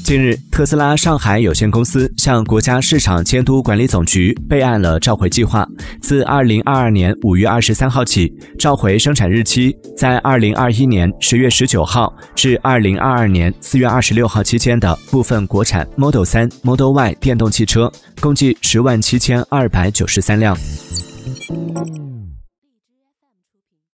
近日，特斯拉上海有限公司向国家市场监督管理总局备案了召回计划，自2022年5月23号起，召回生产日期在2021年10月19号至2022年4月26号期间的部分国产 Model 3、Model Y 电动汽车，共计107293辆。